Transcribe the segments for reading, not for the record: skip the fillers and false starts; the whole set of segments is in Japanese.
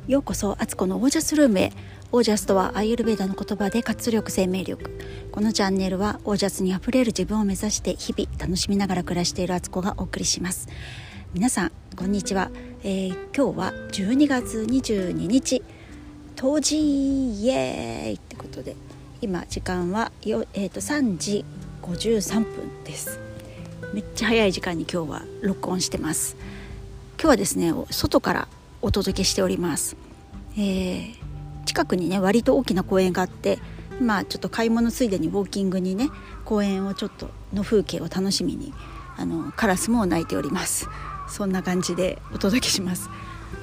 ようこそアツコのオージャスルームへ。オージャスとはアーユルヴェーダの言葉で活力、生命力。このチャンネルはオージャスにあふれる自分を目指して日々楽しみながら暮らしているアツコがお送りします。皆さんこんにちは。今日は12月22日冬至イエーイってことで、今時間は3時53分です。めっちゃ早い時間に今日は録音してます。今日はですね、外からお届けしております。近くにね割と大きな公園があって、今ちょっと買い物ついでにウォーキングにね、公園をちょっとの風景を楽しみにカラスも鳴いております。そんな感じでお届けします。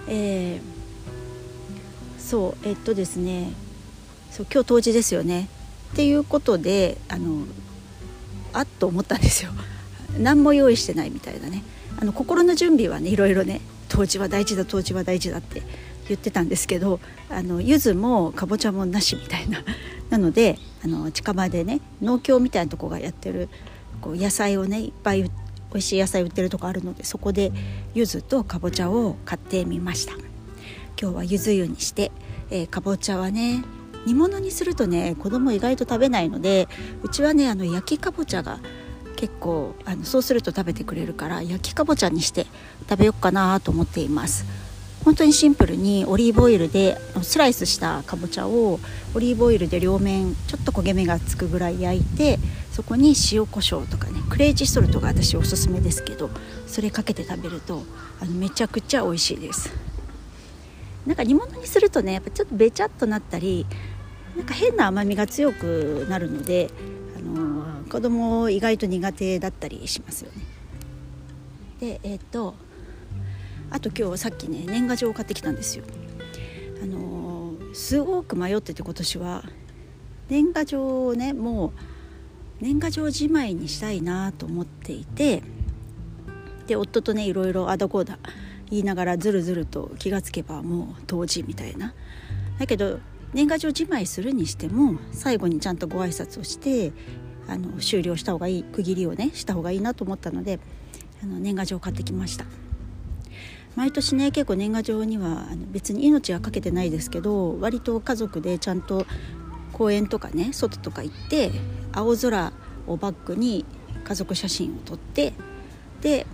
ですね、今日冬至ですよねっていうことであっと思ったんですよ。何も用意してないみたいなね、心の準備はねいろいろね、冬至は大事だ冬至は大事だって言ってたんですけど、柚子もかぼちゃもなしみたいななので近場でね農協みたいなとこがやってる野菜をねいっぱい美味しい野菜売ってるとこあるので、そこで柚子とかぼちゃを買ってみました。今日は柚子湯にして、かぼちゃはね煮物にするとね子供意外と食べないので、うちはね焼きかぼちゃが結構そうすると食べてくれるから、焼きかぼちゃにして食べようかなと思っています。本当にシンプルにオリーブオイルでスライスしたかぼちゃをオリーブオイルで両面ちょっと焦げ目がつくぐらい焼いて、そこに塩コショウとかねクレイジーソルトが私おすすめですけど、それかけて食べるとめちゃくちゃ美味しいです。なんか煮物にするとねやっぱちょっとべちゃっとなったり、なんか変な甘みが強くなるので子供意外と苦手だったりしますよね。であと今日さっきね年賀状を買ってきたんですよ。すごく迷ってて、今年は年賀状をねもう年賀状じまいにしたいなと思っていて、で夫とねいろいろあだこうだ言いながらずるずると気がつけばもう冬至みたいな。だけど年賀状じまいするにしても最後にちゃんとご挨拶をして終了した方がいい、区切りをねした方がいいなと思ったので年賀状を買ってきました。毎年ね結構年賀状には別に命はかけてないですけど、割と家族でちゃんと公園とかね外とか行って青空をバックに家族写真を撮って、で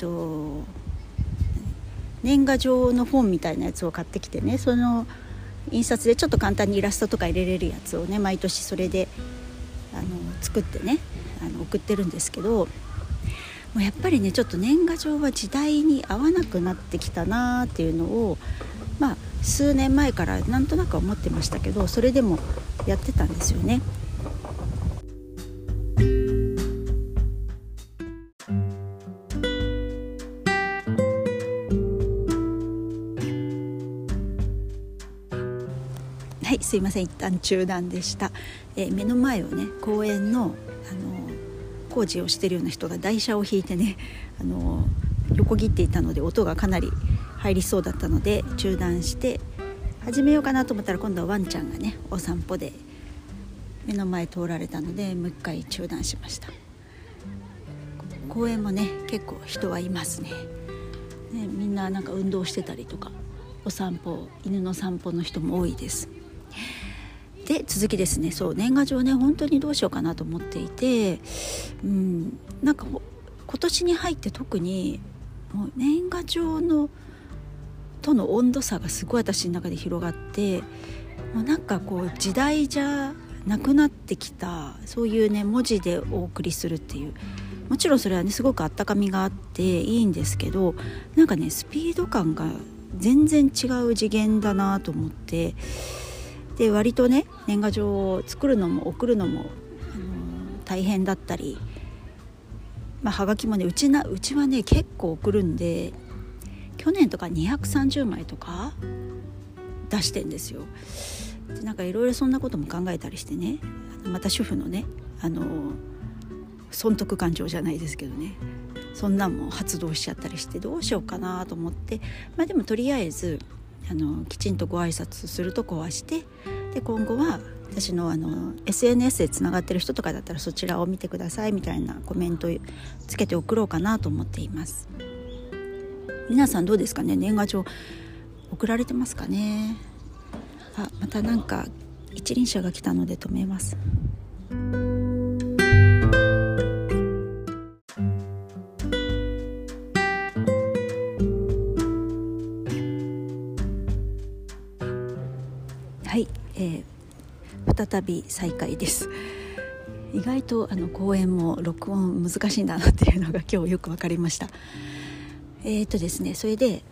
年賀状の本みたいなやつを買ってきてね、その印刷でちょっと簡単にイラストとか入れれるやつをね毎年それで作ってね送ってるんですけど、もうやっぱりねちょっと年賀状は時代に合わなくなってきたなっていうのを数年前からなんとなく思ってましたけど、それでもやってたんですよね。はい、すいません、一旦中断でした。目の前をね公園の工事をしているような人が台車を引いてね横切っていたので、音がかなり入りそうだったので中断して始めようかなと思ったら、今度はワンちゃんがねお散歩で目の前通られたのでもう一回中断しました。公園もね結構人はいますね。みんななんか運動してたりとかお散歩、犬の散歩の人も多いです。で続きですね、年賀状ね本当にどうしようかなと思っていて、なんか今年に入って特にもう年賀状との温度差がすごい私の中で広がって、もうなんか時代じゃなくなってきた、そういうね文字でお送りするっていう、もちろんそれはねすごくあったかみがあっていいんですけど、なんかねスピード感が全然違う次元だなと思って、で割とね年賀状を作るのも送るのも大変だったり、はがきもねうちはね結構送るんで、去年とか230枚とか出してんですよ。でなんかいろいろそんなことも考えたりしてね、また主婦のね損得感情じゃないですけどね、そんなんも発動しちゃったりしてどうしようかなと思って、でもとりあえずきちんとご挨拶するとこはして、で今後は私のSNS でつながってる人とかだったらそちらを見てくださいみたいなコメントつけて送ろうかなと思っています。皆さんどうですかね、年賀状送られてますかね。またなんか一輪車が来たので止めます。はい、再び再開です。意外と公演も録音難しいんだなっていうのが今日よく分かりました。ですね、それで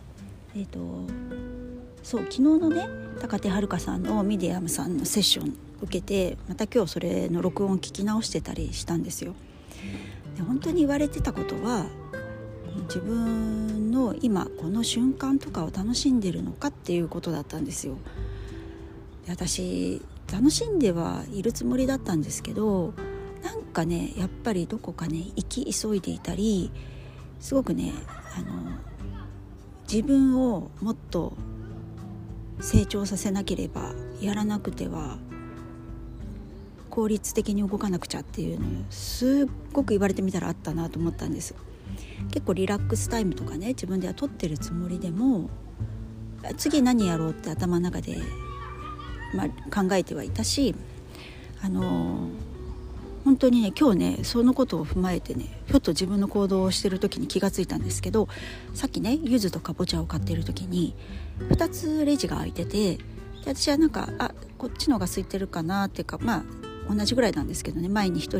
そう昨日のね高手遥さんのミディアムさんのセッション受けて、また今日それの録音聞き直してたりしたんですよ。で本当に言われてたことは、自分の今この瞬間とかを楽しんでるのかっていうことだったんですよ。で私楽しんではいるつもりだったんですけど、なんかねやっぱりどこかね生き急いでいたり、すごくね自分をもっと成長させなければ、やらなくては効率的に動かなくちゃっていうのをすっごく言われてみたらあったなと思ったんです。結構リラックスタイムとかね自分では取ってるつもりでも、次何やろうって頭の中で、考えてはいたし、本当にね今日ねそのことを踏まえてねふっと自分の行動をしてる時に気がついたんですけど、さっきね柚子とかぼちゃを買ってる時に2つレジが開いてて、で私はなんかこっちのが空いてるかなっていうか、同じぐらいなんですけどね、前に2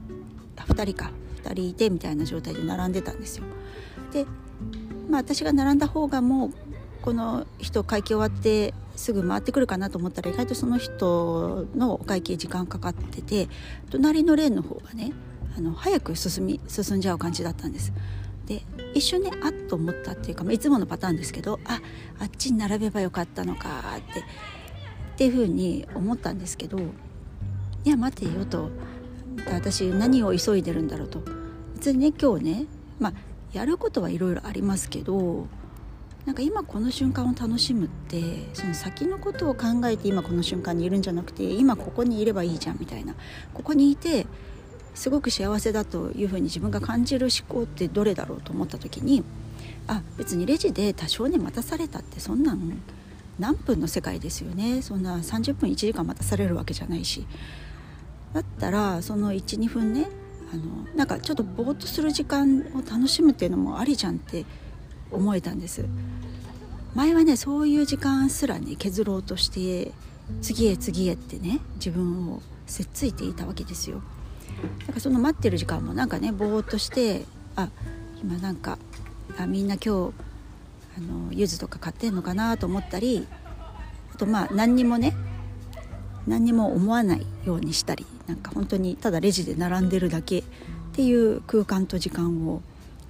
人いてみたいな状態で並んでたんですよ。で、私が並んだ方がもうこの人会計終わってすぐ回ってくるかなと思ったら、意外とその人のお会計時間かかってて、隣のレーンの方がね早く進んじゃう感じだったんです。で一瞬ねっと思ったっていうか、いつものパターンですけど、あっちに並べばよかったのかっていうふうに思ったんですけど、いや待てよと、私何を急いでるんだろうと。別にね今日ねやることはいろいろありますけど、なんか今この瞬間を楽しむって、その先のことを考えて今この瞬間にいるんじゃなくて、今ここにいればいいじゃんみたいな、ここにいてすごく幸せだというふうに自分が感じる思考ってどれだろうと思った時に、別にレジで多少ね待たされたってそんなん何分の世界ですよね。そんな30分1時間待たされるわけじゃないし、だったらその 1,2 分ねなんかちょっとぼーっとする時間を楽しむっていうのもありじゃんって思えたんです。前はねそういう時間すらね削ろうとして次へってね自分をせっついていたわけですよ。だからその待ってる時間もなんかねぼーっとして、今なんかみんな今日柚子とか買ってんのかなと思ったり、あと何にも思わないようにしたり、なんか本当にただレジで並んでるだけっていう空間と時間を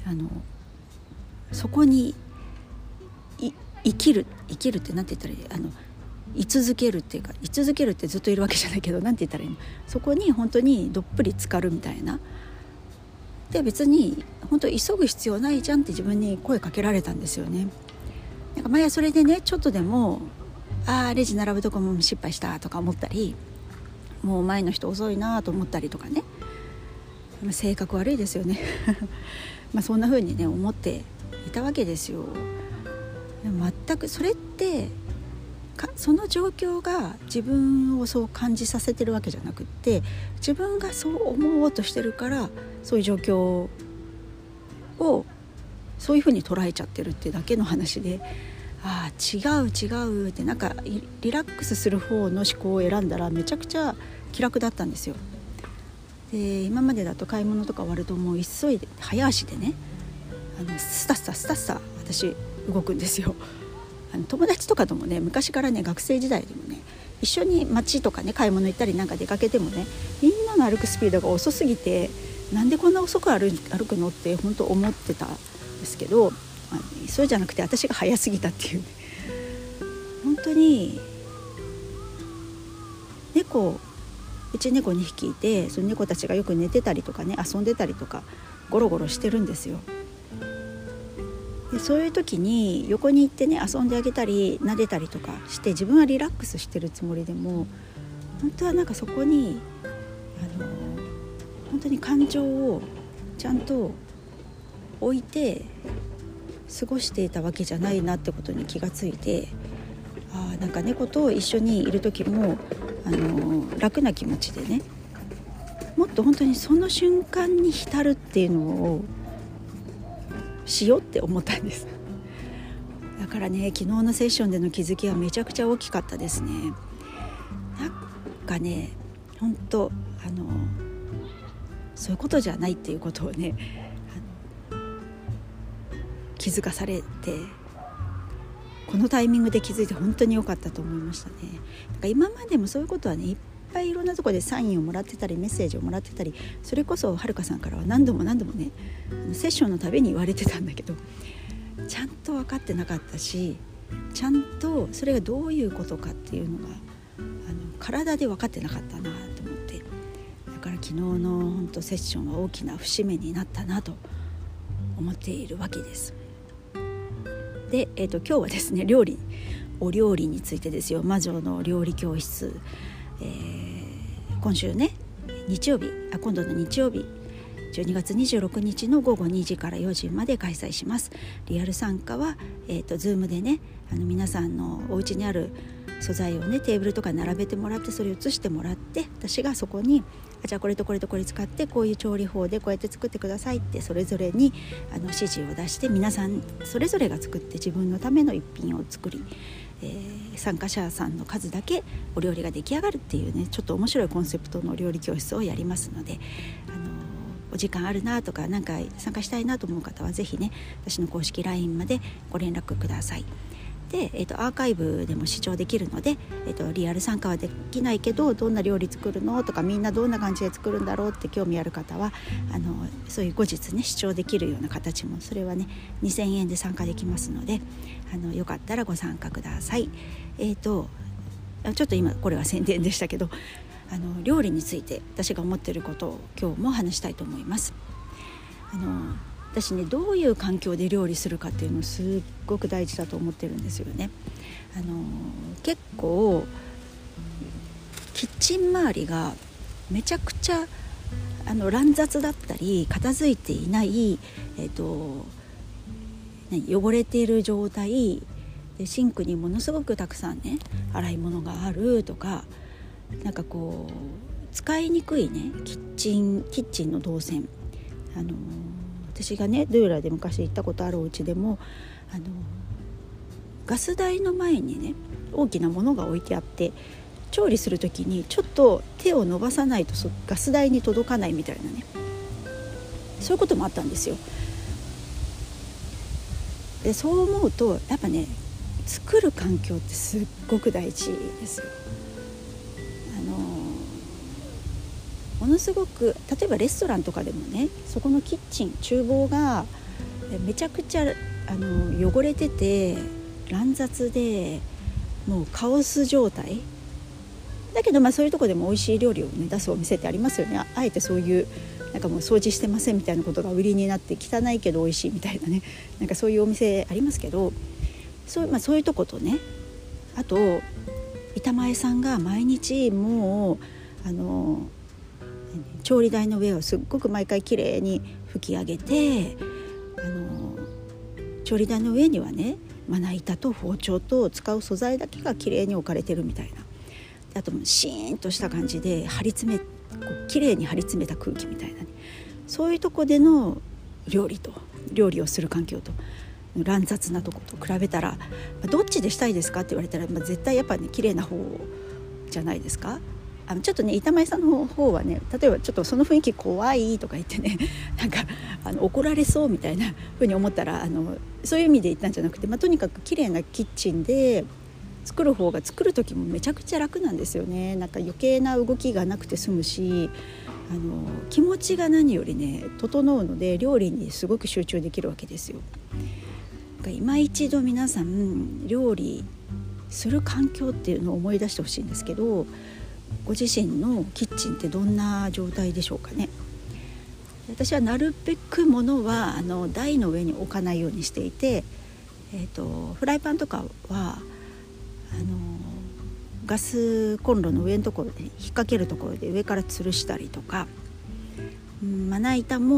そこに生きるってなんて言ったらいい、居続けるっていうか、居続けるってずっといるわけじゃないけど、なんて言ったらいいの、そこに本当にどっぷり浸かるみたいな。で別に本当急ぐ必要ないじゃんって自分に声かけられたんですよね。なんか前はそれでねちょっとでもレジ並ぶとこも失敗したとか思ったり、もう前の人遅いなと思ったりとかね、性格悪いですよねそんな風にね思っていたわけですよ。でも全くそれってその状況が自分をそう感じさせてるわけじゃなくって、自分がそう思おうとしてるからそういう状況をそういう風に捉えちゃってるってだけの話で、違うってなんかリラックスする方の思考を選んだらめちゃくちゃ気楽だったんですよ。で今までだと買い物とか終わるともう急いで早足でねスタッサ私動くんですよ。友達とかともね昔からね学生時代でもね一緒に街とかね買い物行ったりなんか出かけてもね、みんなの歩くスピードが遅すぎてなんでこんな遅く歩くのって本当思ってたんですけど、そうじゃなくて私が早すぎたっていう、ね、本当にうち猫2匹いて、その猫たちがよく寝てたりとかね遊んでたりとかゴロゴロしてるんですよ。でそういう時に横に行ってね遊んであげたり撫でたりとかして自分はリラックスしてるつもりでも、本当はなんかそこに本当に感情をちゃんと置いて過ごしていたわけじゃないなってことに気がついて、なんか猫と一緒にいる時も楽な気持ちでね、もっと本当にその瞬間に浸るっていうのをしようって思ったんです。だからね、昨日のセッションでの気づきはめちゃくちゃ大きかったですね。なんかね、本当そういうことじゃないっていうことをね、気づかされて、このタイミングで気づいて本当に良かったと思いましたね。だから今までもそういうことはね、いっぱいいろんなところでサインをもらってたりメッセージをもらってたり、それこそはるかさんからは何度もねセッションのたびに言われてたんだけど、ちゃんと分かってなかったし、ちゃんとそれがどういうことかっていうのが体で分かってなかったなと思って、だから昨日の本当セッションは大きな節目になったなと思っているわけです。で、今日はですね、お料理についてですよ。魔女の料理教室、今週ね、今度の日曜日12月26日の午後2時から4時まで開催します。リアル参加は、Zoom でね、皆さんのお家にある素材をね、テーブルとか並べてもらって、それを写してもらって、私がそこにじゃあこれとこれとこれ使ってこういう調理法でこうやって作ってくださいってそれぞれに指示を出して、皆さんそれぞれが作って自分のための一品を作り、参加者さんの数だけお料理が出来上がるっていうね、ちょっと面白いコンセプトの料理教室をやりますので、お時間あるなとか、なんか参加したいなと思う方はぜひね、私の公式 LINE までご連絡ください。で、アーカイブでも視聴できるので、リアル参加はできないけどどんな料理作るのとか、みんなどんな感じで作るんだろうって興味ある方はそういう後日ね視聴できるような形も、それはね2000円で参加できますので、よかったらご参加ください。ちょっと今これは宣伝でしたけど、料理について私が思っていることを今日も話したいと思います。私ね、どういう環境で料理するかっていうのすっごく大事だと思ってるんですよね。結構キッチン周りがめちゃくちゃ乱雑だったり片付いていない、汚れている状態で、シンクにものすごくたくさんね洗い物があるとか、なんかこう使いにくいねキッチンの動線、私がねドゥーラで昔行ったことあるお家でもガス台の前にね大きなものが置いてあって、調理する時にちょっと手を伸ばさないとガス台に届かないみたいなね、そういうこともあったんですよ。でそう思うとやっぱね、作る環境ってすっごく大事ですよ。ものすごく、例えばレストランとかでもね、そこのキッチン厨房がめちゃくちゃ汚れてて乱雑でもうカオス状態だけど、そういうとこでも美味しい料理を、ね、出すお店ってありますよね。あえてそういうなんかもう掃除してませんみたいなことが売りになって、汚いけど美味しいみたいなね、なんかそういうお店ありますけど、そういうとことね、あと板前さんが毎日もう調理台の上をすっごく毎回きれいに拭き上げて、調理台の上にはねまな板と包丁と使う素材だけがきれいに置かれてるみたいな、あとシーンとした感じできれいに張り詰めた空気みたいな、ね、そういうとこでの料理をする環境と乱雑なとこと比べたら、どっちでしたいですかって言われたら、絶対やっぱね綺麗な方じゃないですか。ちょっとね板前さんの方はね、例えばちょっとその雰囲気怖いとか言ってね、なんか怒られそうみたいな風に思ったらそういう意味で言ったんじゃなくて、とにかく綺麗なキッチンで作る方が作る時もめちゃくちゃ楽なんですよね。なんか余計な動きがなくて済むし、気持ちが何よりね整うので、料理にすごく集中できるわけですよ。今一度皆さん料理する環境っていうのを思い出してほしいんですけど、ご自身のキッチンってどんな状態でしょうかね。私はなるべくものは台の上に置かないようにしていて、フライパンとかはガスコンロの上のところで引っ掛けるところで上から吊るしたりとか、まな板も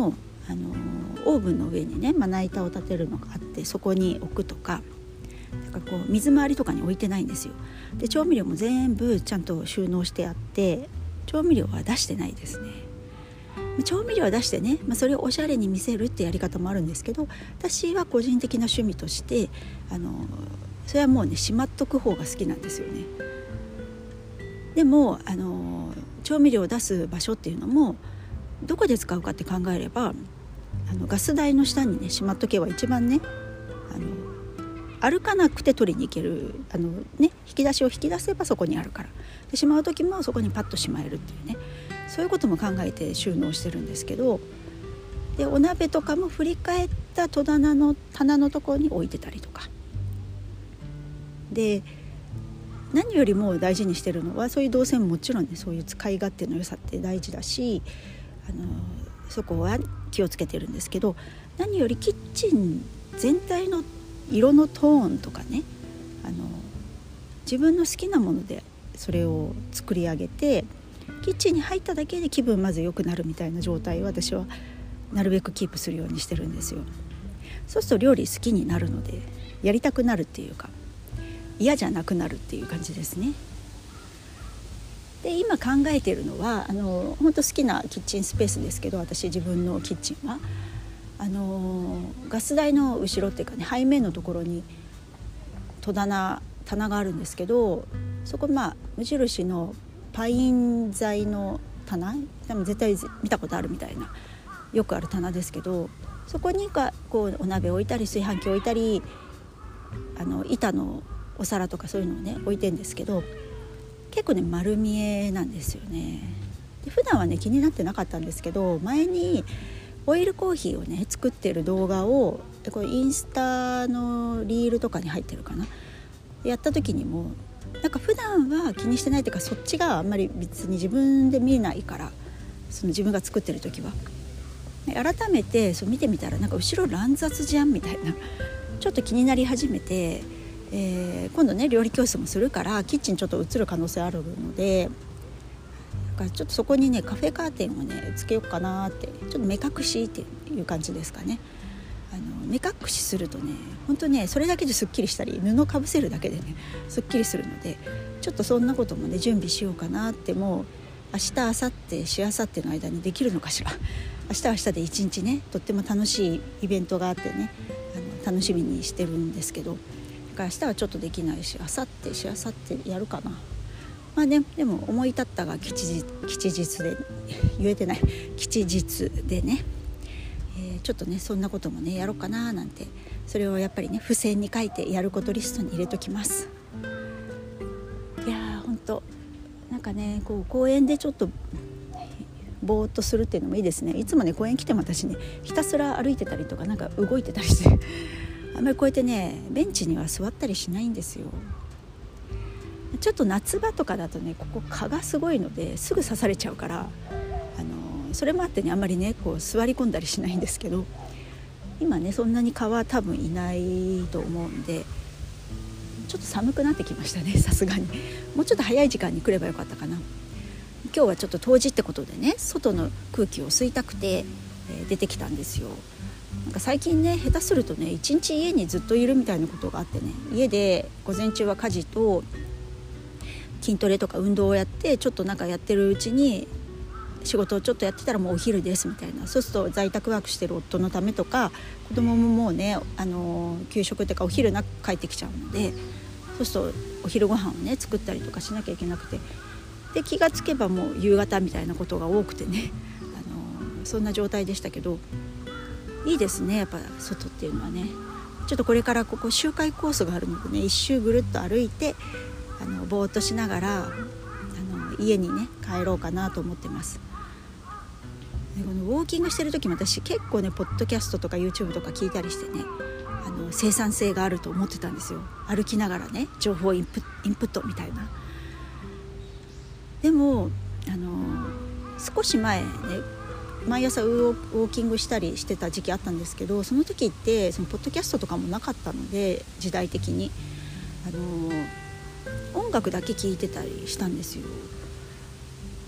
オーブンの上にねまな板を立てるのがあって、そこに置くとか、なんかこう水回りとかに置いてないんですよ。で調味料も全部ちゃんと収納してあって、調味料は出してないですね。調味料は出してね、それをおしゃれに見せるってやり方もあるんですけど、私は個人的な趣味としてそれはもうねしまっとく方が好きなんですよね。でも調味料を出す場所っていうのもどこで使うかって考えれば、ガス台の下にねしまっとけば一番ね歩かなくて取りに行ける引き出しを引き出せばそこにあるから、でしまう時もそこにパッとしまえるっていうね、そういうことも考えて収納してるんですけど、でお鍋とかも振り返った戸棚の棚のところに置いてたりとかで、何よりも大事にしてるのは、そういう動線ももちろんねそういう使い勝手の良さって大事だし、そこは気をつけてるんですけど、何よりキッチン全体の色のトーンとかね、自分の好きなものでそれを作り上げて、キッチンに入っただけで気分まず良くなるみたいな状態を私はなるべくキープするようにしてるんですよ。そうすると料理好きになるので、やりたくなるっていうか嫌じゃなくなるっていう感じですね。で今考えているのは本当好きなキッチンスペースですけど、私自分のキッチンはガス台の後ろっていうかね、背面のところに棚があるんですけど、そこ無印のパイン材の棚、多分絶対見たことあるみたいなよくある棚ですけど、そこにこうお鍋置いたり炊飯器置いたり板のお皿とかそういうのをね置いてんですけど、結構ね丸見えなんですよね。で普段はね気になってなかったんですけど、前にオイルコーヒーをね作ってる動画をこれインスタのリールとかに入ってるかな、やった時にもなんか普段は気にしてないっていうか、そっちがあんまり別に自分で見えないから、その自分が作ってる時は改めてそう見てみたら、なんか後ろ乱雑じゃんみたいなちょっと気になり始めて、今度ね料理教室もするからキッチンちょっと映る可能性あるので、だからちょっとそこにねカフェカーテンをねつけようかなって、ちょっと目隠しっていう感じですかね。目隠しするとね本当ねそれだけですっきりしたり、布かぶせるだけでねすっきりするので、ちょっとそんなこともね準備しようかなって。もう明日明後日しあさっての間にできるのかしら。明日は明日で一日ねとっても楽しいイベントがあってね楽しみにしてるんですけど、だから明日はちょっとできないし、明後日しあさってやるかな。でも思い立ったが吉日で言えてない吉日でね、ちょっとねそんなこともねやろうかななんて、それをやっぱりね付箋に書いてやることリストに入れときます。いやー本当なんかねこう公園でちょっとぼーっとするっていうのもいいですね。いつもね公園来ても私ねひたすら歩いてたりとかなんか動いてたりしてあんまりこうやってねベンチには座ったりしないんですよ。ちょっと夏場とかだとねここ蚊がすごいのですぐ刺されちゃうから、それもあってねあんまりねこう座り込んだりしないんですけど、今ねそんなに蚊は多分いないと思うんで、ちょっと寒くなってきましたね。さすがにもうちょっと早い時間に来ればよかったかな。今日はちょっと冬至ってことでね外の空気を吸いたくて、出てきたんですよ。なんか最近ね下手するとね一日家にずっといるみたいなことがあってね、家で午前中は家事と筋トレとか運動をやって、ちょっとなんかやってるうちに仕事をちょっとやってたらもうお昼ですみたいな、そうすると在宅ワークしてる夫のためとか、子供ももうね給食っていうかお昼なく帰ってきちゃうので、そうするとお昼ご飯をね作ったりとかしなきゃいけなくて、で気がつけばもう夕方みたいなことが多くてね、そんな状態でしたけど、いいですねやっぱ外っていうのはね。ちょっとこれからここ周回コースがあるのでね、一周ぐるっと歩いてぼーっとしながら家にね帰ろうかなと思ってます。でこのウォーキングしてる時も私結構ねポッドキャストとか YouTube とか聞いたりしてね生産性があると思ってたんですよ。歩きながらね情報インプットみたいな。でも少し前ね毎朝ウォーキングしたりしてた時期あったんですけど、その時ってそのポッドキャストとかもなかったので、時代的に音楽だけ聴いてたりしたんですよ。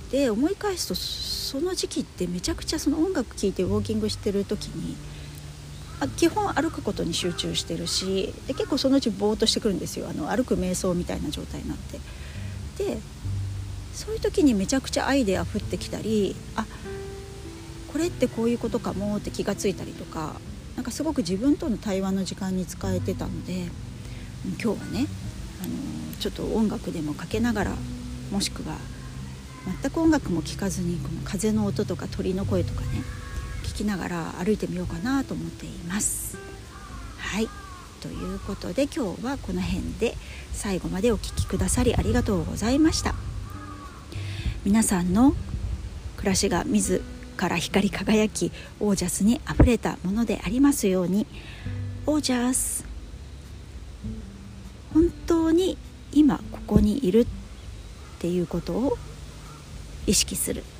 で思い返すとその時期ってめちゃくちゃその音楽聴いてウォーキングしてる時に基本歩くことに集中してるし、で結構そのうちぼーっとしてくるんですよ。歩く瞑想みたいな状態になって、でそういう時にめちゃくちゃアイデア降ってきたり、これってこういうことかもって気がついたりとか、なんかすごく自分との対話の時間に使えてたので、今日はねちょっと音楽でもかけながら、もしくは全く音楽も聴かずにこの風の音とか鳥の声とかね聞きながら歩いてみようかなと思っています。はい、ということで今日はこの辺で、最後までお聞きくださりありがとうございました。皆さんの暮らしが自ら光り輝きオージャスにあふれたものでありますように。オージャス、本当に今ここにいるっていうことを意識する。